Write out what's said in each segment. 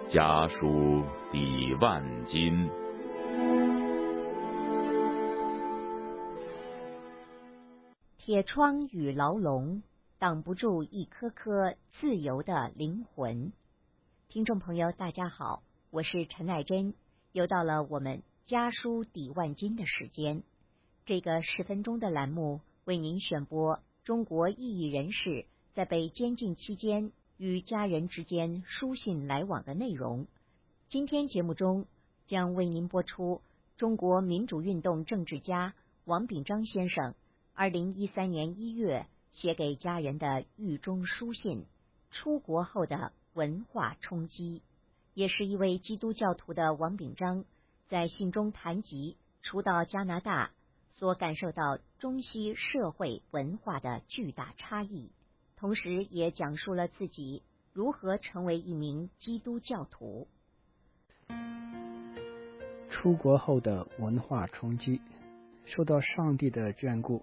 家书抵万金。 铁窗与牢笼挡不住一颗颗自由的灵魂。听众朋友大家好，我是陈乃真，又到了我们家书抵万金的时间。这个10分钟的栏目为您选播中国异议人士在被监禁期间与家人之间书信来往的内容。今天节目中将为您播出中国民主运动政治家王炳章先生2013年1月写给家人的狱中书信，出国后的文化冲击。也是一位基督教徒的王炳章在信中谈及初到加拿大所感受到中西社会文化的巨大差异，同时也讲述了自己如何成为一名基督教徒。 出国后的文化冲击。受到上帝的眷顾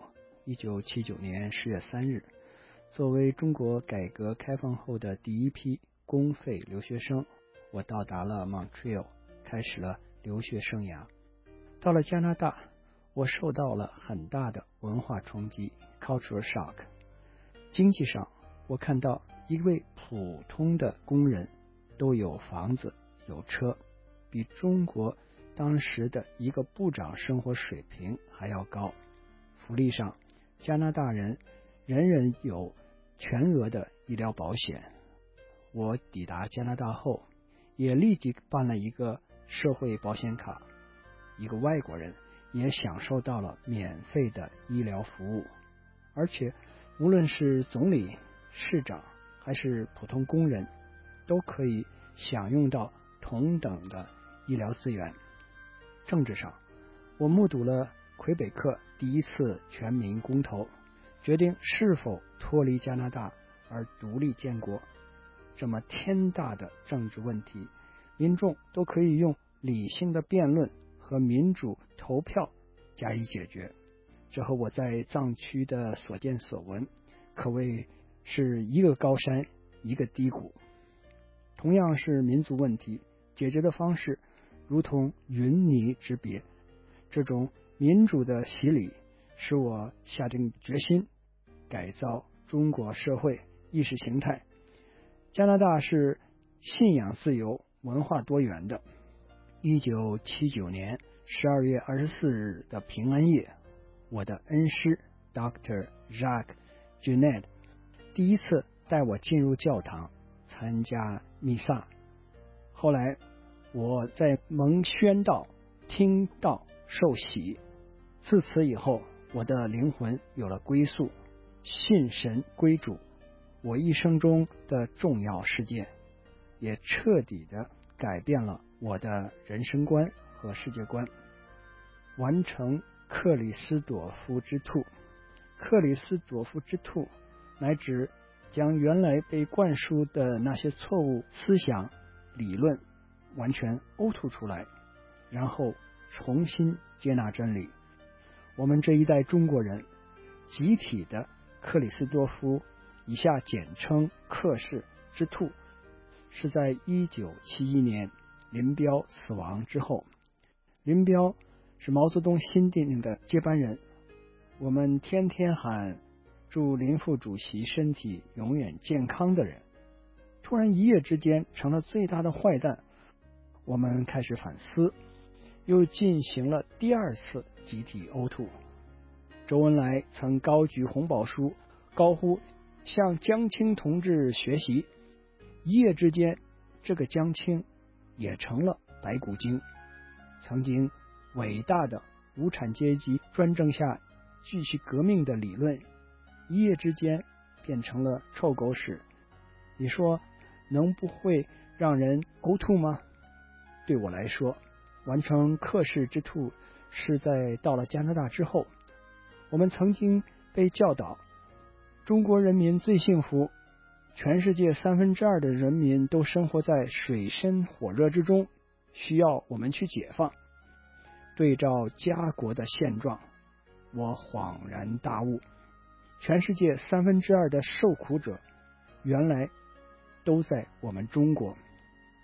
，1979年10月3日，作为中国改革开放后的第一批公费留学生，我到达了 Montreal， 开始了留学生涯。到了加拿大，我受到了很大的文化冲击 cultural shock。 经济上，我看到一位普通的工人都有房子有车，比中国当时的一个部长生活水平还要高。福利上，加拿大人人人有全额的医疗保险。我抵达加拿大后，也立即办了一个社会保险卡，一个外国人也享受到了免费的医疗服务。而且无论是总理、市长还是普通工人，都可以享用到同等的医疗资源。政治上，我目睹了魁北克第一次全民公投，决定是否脱离加拿大而独立建国。这么天大的政治问题，民众都可以用理性的辩论和民主投票加以解决。这和我在藏区的所见所闻，可谓是一个高山一个低谷。同样是民族问题，解决的方式如同云泥之别。这种民主的洗礼使我下定决心改造中国社会意识形态。加拿大是信仰自由、文化多元的。1979年12月24日的平安夜，我的恩师 Dr. Jacques Junet 第一次带我进入教堂参加弥撒。后来我在蒙宣道听道受洗，自此以后，我的灵魂有了归宿，信神归主。我一生中的重要事件，也彻底的改变了我的人生观和世界观。完成克里斯朵夫之兔。克里斯朵夫之兔乃指将原来被灌输的那些错误思想理论完全呕吐出来，然后重新接纳真理。我们这一代中国人集体的克里斯多夫，以下简称克氏之兔，是在1971年林彪死亡之后。林彪是毛泽东新定定的接班人，我们天天喊祝林副主席身体永远健康的人，突然一夜之间成了最大的坏蛋。我们开始反思，又进行了第二次集体呕吐。周恩来曾高举红宝书，高呼向江青同志学习，一夜之间这个江青也成了白骨精。曾经伟大的无产阶级专政下继续革命的理论，一夜之间变成了臭狗屎。你说能不会让人呕吐吗？对我来说，完成克氏之兔是在到了加拿大之后。我们曾经被教导中国人民最幸福，全世界2/3的人民都生活在水深火热之中，需要我们去解放。对照家国的现状，我恍然大悟，全世界2/3的受苦者原来都在我们中国。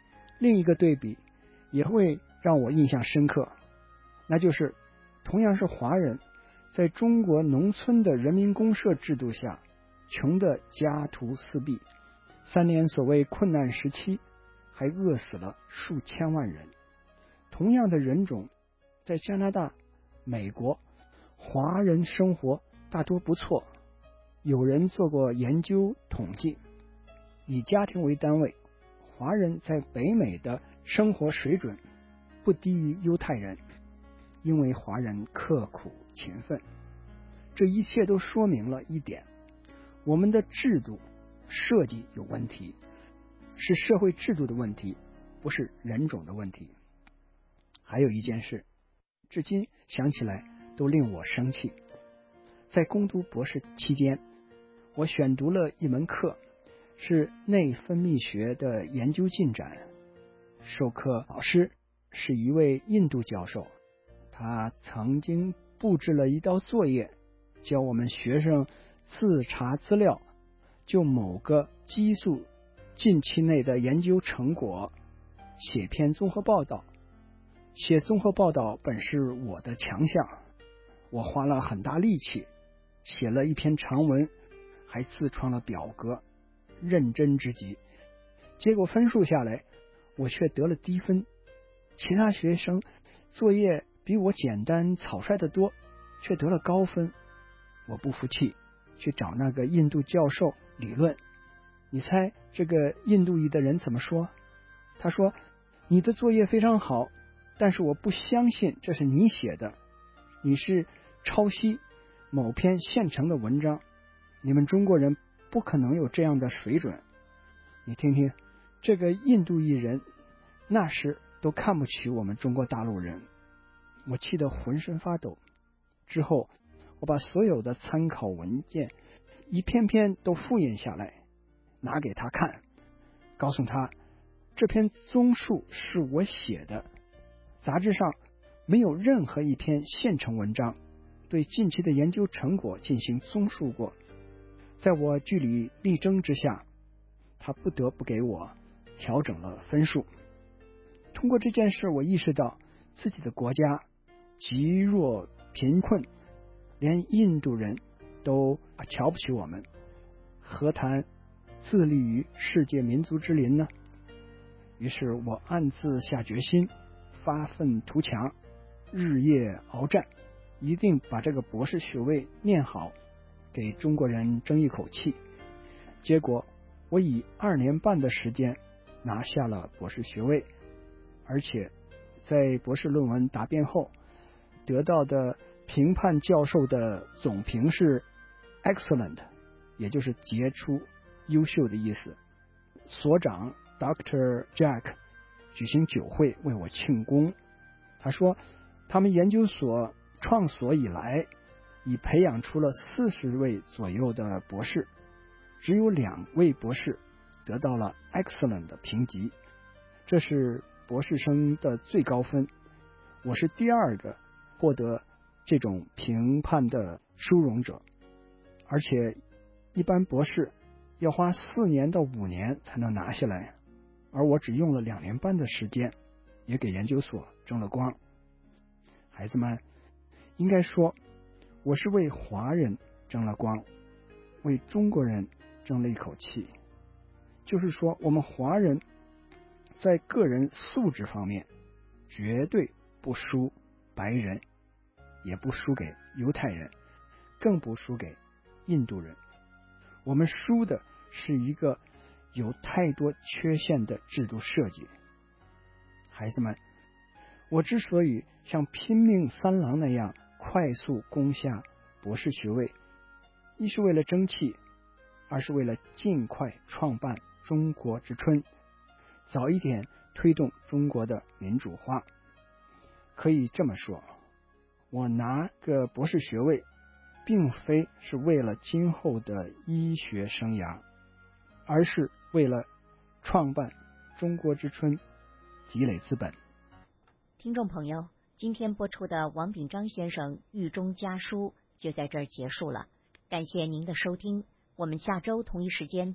另一个对比也会让我印象深刻，那就是同样是华人，在中国农村的人民公社制度下，穷得家徒四壁，3年所谓困难时期，还饿死了数千万人。同样的人种，在加拿大、美国，华人生活大多不错。有人做过研究统计，以家庭为单位，华人在北美的生活水准不低于犹太人，因为华人刻苦勤奋。这一切都说明了一点，我们的制度设计有问题，是社会制度的问题，不是人种的问题。还有一件事，至今想起来都令我生气。在攻读博士期间，我选读了一门课，是内分泌学的研究进展。授课老师是一位印度教授，他曾经布置了一道作业，教我们学生自查资料，就某个激素近期内的研究成果写篇综合报道。写综合报道本是我的强项，我花了很大力气写了一篇长文，还自创了表格，认真之极。结果分数下来，我却得了低分。其他学生作业比我简单草率得多，却得了高分。我不服气，去找那个印度教授理论。你猜这个印度裔的人怎么说？他说，你的作业非常好，但是我不相信这是你写的，你是抄袭某篇现成的文章，你们中国人不可能有这样的水准。你听听，这个印度裔人那时都看不起我们中国大陆人，我气得浑身发抖。之后我把所有的参考文件一篇篇都复印下来，拿给他看，告诉他这篇综述是我写的，杂志上没有任何一篇现成文章对近期的研究成果进行综述过。在我据理力争之下，他不得不给我调整了分数。通过这件事，我意识到自己的国家极弱贫困，连印度人都瞧不起我们，何谈自立于世界民族之林呢？于是我暗自下决心，发愤图强，日夜鏖战，一定把这个博士学位念好，给中国人争一口气。结果我以2年半的时间拿下了博士学位，而且在博士论文答辩后得到的评判教授的总评是 excellent， 也就是杰出、优秀的意思。所长 Dr. Jack 举行酒会为我庆功，他说他们研究所创所以来，已培养出了40位左右的博士，只有2位博士得到了 excellent 的评级，这是博士生的最高分。我是第2个获得这种评判的殊荣者，而且一般博士要花4年到5年才能拿下来，而我只用了2年半的时间，也给研究所争了光。孩子们，应该说我是为华人争了光，为中国人争了一口气。就是说，我们华人在个人素质方面绝对不输白人，也不输给犹太人，更不输给印度人。我们输的是一个有太多缺陷的制度设计。孩子们，我之所以像拼命三郎那样快速攻下博士学位，一是为了争气，二是为了尽快创办中国之春，早一点推动中国的民主化。可以这么说，我拿个博士学位并非是为了今后的医学生涯，而是为了创办中国之春，积累资本。 听众朋友，今天播出的王炳章先生狱中家书就在这儿结束了，感谢您的收听，我们下周同一时间